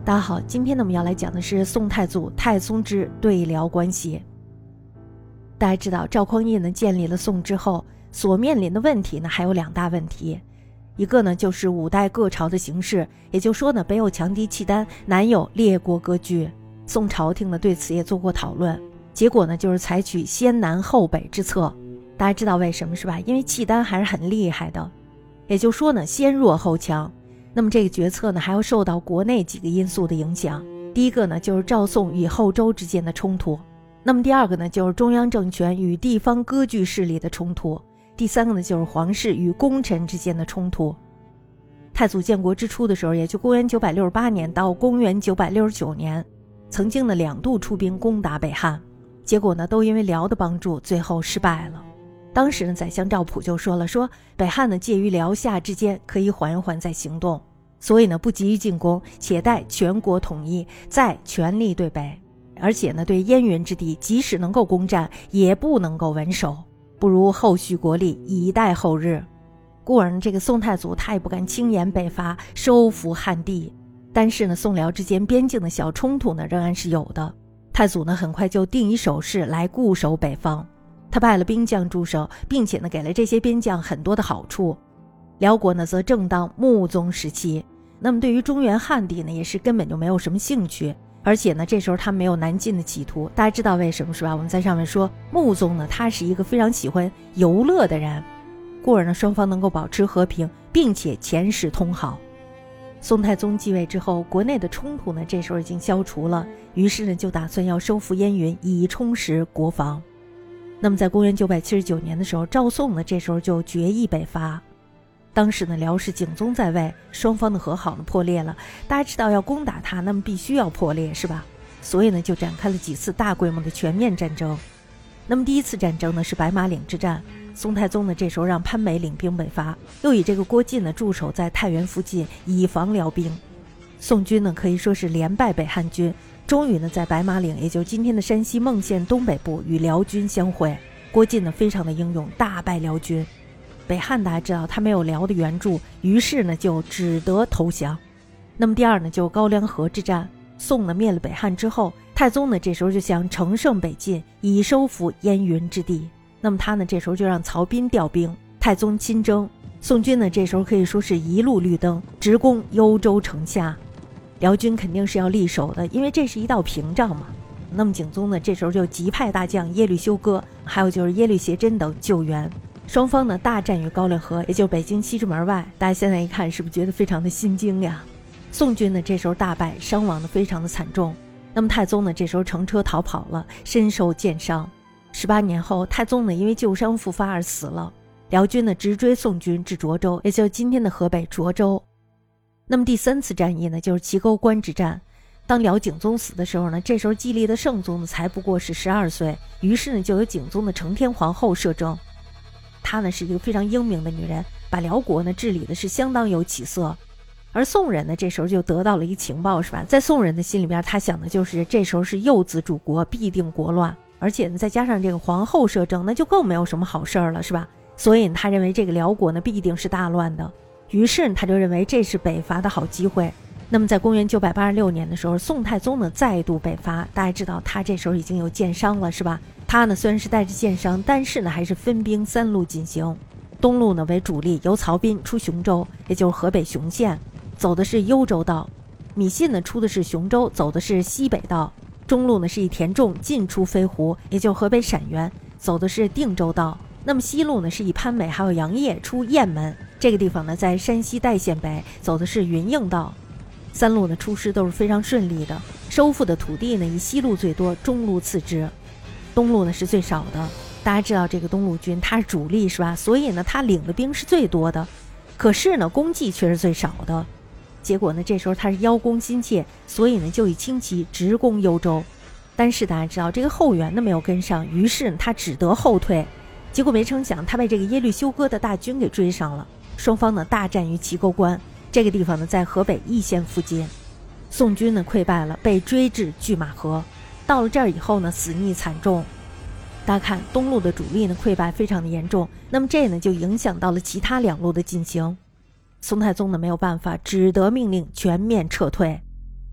大家好，今天呢我们要来讲的是宋太祖太宗之对辽关系。大家知道赵匡胤呢建立了宋之后，所面临的问题呢还有两大问题，一个呢就是五代各朝的形势，也就是说呢北有强敌契丹，南有列国割据。宋朝廷呢对此也做过讨论，结果呢就是采取先南后北之策。大家知道为什么是吧？因为契丹还是很厉害的，也就是说呢先弱后强。那么这个决策呢还要受到国内几个因素的影响。第一个呢就是赵宋与后周之间的冲突，那么第二个呢就是中央政权与地方割据势力的冲突，第三个呢就是皇室与功臣之间的冲突。太祖建国之初的时候，也就公元968年到公元969年，曾经呢2度出兵攻打北汉，结果呢都因为辽的帮助最后失败了。当时呢宰相赵普就说了，说北汉呢介于辽夏之间，可以缓一缓再行动，所以呢不急于进攻，且待全国统一再全力对北。而且呢对燕云之地即使能够攻占，也不能够稳守，不如后续国力，以待后日。故而呢这个宋太祖他也不敢轻言北伐收复汉地，但是呢宋辽之间边境的小冲突呢仍然是有的。太祖呢很快就定以守势来固守北方，他派了兵将驻守，并且呢给了这些兵将很多的好处。辽国呢则正当穆宗时期，那么对于中原汉地呢也是根本就没有什么兴趣，而且呢这时候他没有南进的企图。大家知道为什么是吧？我们在上面说穆宗呢他是一个非常喜欢游乐的人，故而呢双方能够保持和平，并且前世通好。宋太宗继位之后，国内的冲突呢这时候已经消除了，于是呢就打算要收复燕云，以充实国防。那么在公元979年的时候，赵宋呢这时候就决议北伐。当时呢辽氏景宗在位，双方的和好呢破裂了，大家知道要攻打他，那么必须要破裂是吧？所以呢就展开了几次大规模的全面战争。那么第一次战争呢是白马岭之战，宋太宗呢这时候让潘美领兵北伐，又以这个郭晋呢驻守在太原附近，以防辽兵。宋军呢可以说是连败北汉军，终于呢在白马岭，也就是今天的山西孟县东北部与辽军相会。郭晋呢非常的英勇，大败辽军。北汉大家知道他没有辽的援助，于是呢就只得投降。那么第二呢就是高梁河之战，宋呢灭了北汉之后，太宗呢这时候就想乘胜北进，以收复燕云之地。那么他呢这时候就让曹彬调兵，太宗亲征。宋军呢这时候可以说是一路绿灯，直攻幽州城下。辽军肯定是要力守的，因为这是一道屏障嘛。那么景宗呢这时候就急派大将耶律休哥，还有就是耶律协真等救援。双方呢大战于高梁河，也就是北京西直门外。大家现在一看是不是觉得非常的心惊呀？宋军呢这时候大败，伤亡呢非常的惨重。那么太宗呢这时候乘车逃跑了，身受箭伤。18年后，太宗呢因为旧伤复发而死了。辽军呢直追宋军至涿州，也就是今天的河北涿州。那么第三次战役呢就是齐沟关之战。当辽景宗死的时候呢，这时候继立的圣宗呢才不过是12岁，于是呢就由景宗的承天皇后摄政。她呢是一个非常英明的女人，把辽国呢治理的是相当有起色。而宋人呢这时候就得到了一个情报是吧？在宋人的心里边，他想的就是这时候是幼子主国，必定国乱，而且呢再加上这个皇后摄政，那就更没有什么好事了是吧？所以他认为这个辽国呢必定是大乱的，于是他就认为这是北伐的好机会。那么在公元986年的时候，宋太宗呢再度北伐。大家知道他这时候已经有箭伤了是吧？他呢虽然是带着箭伤，但是呢还是分兵3路进行。东路呢为主力，由曹彬出雄州，也就是河北雄县，走的是幽州道；米信呢出的是雄州，走的是西北道；中路呢是以田仲进出飞狐，也就是河北陕原，走的是定州道。那么西路呢是以潘美还有杨业出雁门，这个地方呢在山西代县北，走的是云应道。3路呢出师都是非常顺利的，收复的土地呢以西路最多，中路次之，东路呢是最少的。大家知道这个东路军他是主力是吧？所以呢他领的兵是最多的，可是呢功绩却是最少的。结果呢这时候他是邀功心切，所以呢就以轻骑直攻幽州。但是大家知道这个后援呢没有跟上，于是他只得后退。结果没成想他被这个耶律休哥的大军给追上了，双方呢大战于齐沟关，这个地方呢在河北易县附近。宋军呢溃败了，被追至拒马河。到了这儿以后呢死溺惨重。大家看东路的主力呢溃败非常的严重，那么这呢就影响到了其他2路的进行。宋太宗呢没有办法，只得命令全面撤退。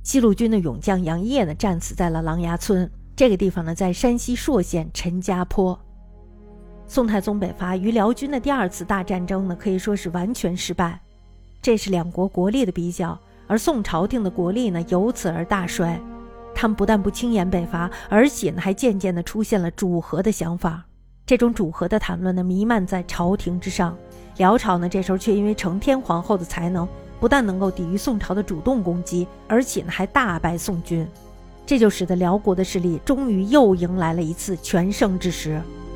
西路军的勇将杨业呢战死在了琅琊村，这个地方呢在山西朔县陈家坡。宋太宗北伐与辽军的第二次大战争呢，可以说是完全失败。这是两国国力的比较，而宋朝廷的国力呢由此而大衰。他们不但不轻言北伐，而且呢还渐渐地出现了主和的想法。这种主和的谈论呢弥漫在朝廷之上。辽朝呢这时候却因为承天皇后的才能，不但能够抵御宋朝的主动攻击，而且呢还大败宋军。这就使得辽国的势力终于又迎来了一次全盛之时。